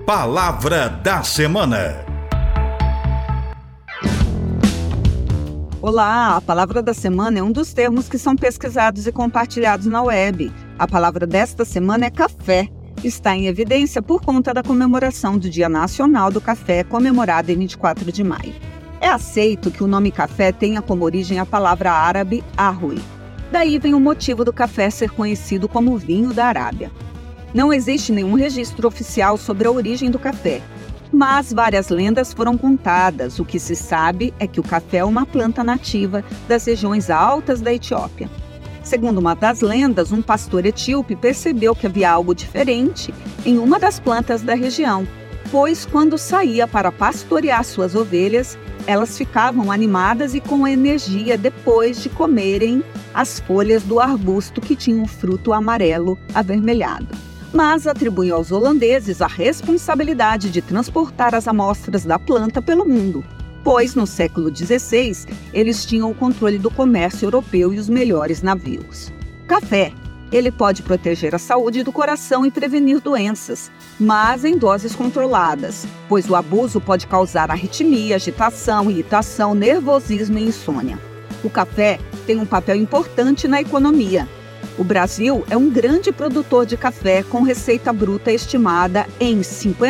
Palavra da Semana. Olá, a palavra da semana é um dos termos que são pesquisados e compartilhados na web. A palavra desta semana é café. Está em evidência por conta da comemoração do Dia Nacional do Café, comemorado em 24 de maio. É aceito que o nome café tenha como origem a palavra árabe arrui. Daí vem o motivo do café ser conhecido como vinho da Arábia. Não existe nenhum registro oficial sobre a origem do café, mas várias lendas foram contadas. O que se sabe é que o café é uma planta nativa das regiões altas da Etiópia. Segundo uma das lendas, um pastor etíope percebeu que havia algo diferente em uma das plantas da região, pois quando saía para pastorear suas ovelhas, elas ficavam animadas e com energia depois de comerem as folhas do arbusto que tinha um fruto amarelo avermelhado. Mas atribuiu aos holandeses a responsabilidade de transportar as amostras da planta pelo mundo, pois no século XVI eles tinham o controle do comércio europeu e os melhores navios. Café. Ele pode proteger a saúde do coração e prevenir doenças, mas em doses controladas, pois o abuso pode causar arritmia, agitação, irritação, nervosismo e insônia. O café tem um papel importante na economia. O Brasil é um grande produtor de café com receita bruta estimada em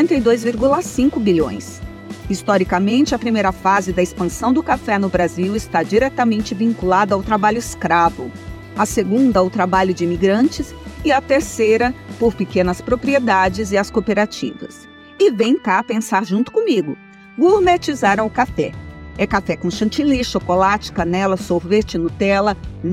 52,5 bilhões. Historicamente, a primeira fase da expansão do café no Brasil está diretamente vinculada ao trabalho escravo, a segunda ao trabalho de imigrantes e a terceira por pequenas propriedades e as cooperativas. E vem cá pensar junto comigo, gourmetizaram o café. É café com chantilly, chocolate, canela, sorvete, Nutella.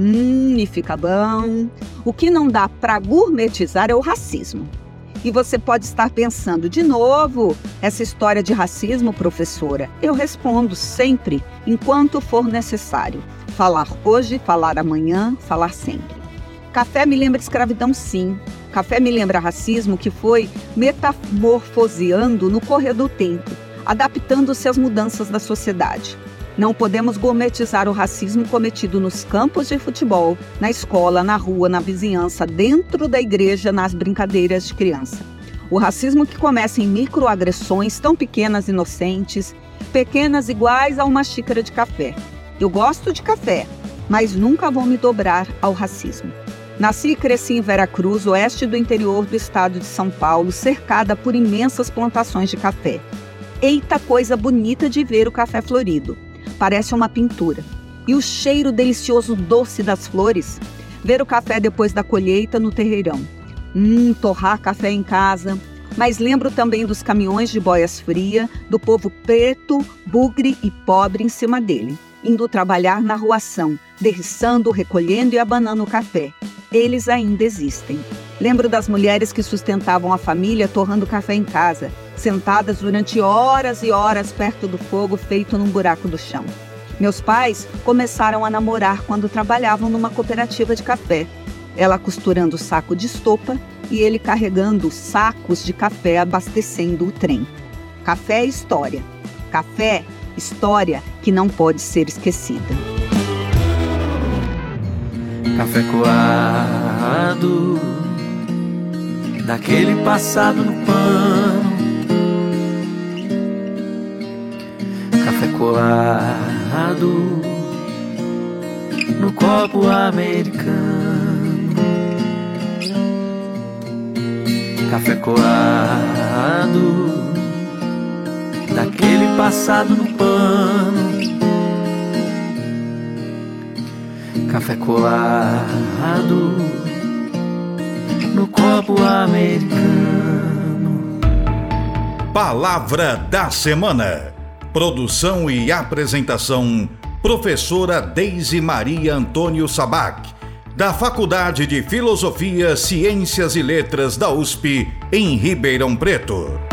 E fica bom. O que não dá para gourmetizar é o racismo. E você pode estar pensando, de novo, essa história de racismo, professora? Eu respondo sempre, enquanto for necessário. Falar hoje, falar amanhã, falar sempre. Café me lembra escravidão, sim. Café me lembra racismo que foi metamorfoseando no correr do tempo, adaptando-se às mudanças da sociedade. Não podemos gourmetizar o racismo cometido nos campos de futebol, na escola, na rua, na vizinhança, dentro da igreja, nas brincadeiras de criança. O racismo que começa em microagressões tão pequenas e inocentes, pequenas iguais a uma xícara de café. Eu gosto de café, mas nunca vou me dobrar ao racismo. Nasci e cresci em Veracruz, oeste do interior do estado de São Paulo, cercada por imensas plantações de café. Eita, coisa bonita de ver o café florido. Parece uma pintura. E o cheiro delicioso doce das flores. Ver o café depois da colheita no terreirão. Torrar café em casa. Mas lembro também dos caminhões de boias frias, do povo preto, bugre e pobre em cima dele, indo trabalhar na arruação, derriçando, recolhendo e abanando o café. Eles ainda existem. Lembro das mulheres que sustentavam a família torrando café em casa, sentadas durante horas e horas perto do fogo feito num buraco do chão. Meus pais começaram a namorar quando trabalhavam numa cooperativa de café. Ela costurando o saco de estopa e ele carregando sacos de café abastecendo o trem. Café é história. Café, história que não pode ser esquecida. Café coado, daquele passado no pano. Café coado, no copo americano. Café coado, daquele passado no pano. Café coado, no copo americano. Palavra da Semana. Produção e apresentação, professora Deise Maria Antônio Sabac, da Faculdade de Filosofia, Ciências e Letras da USP, em Ribeirão Preto.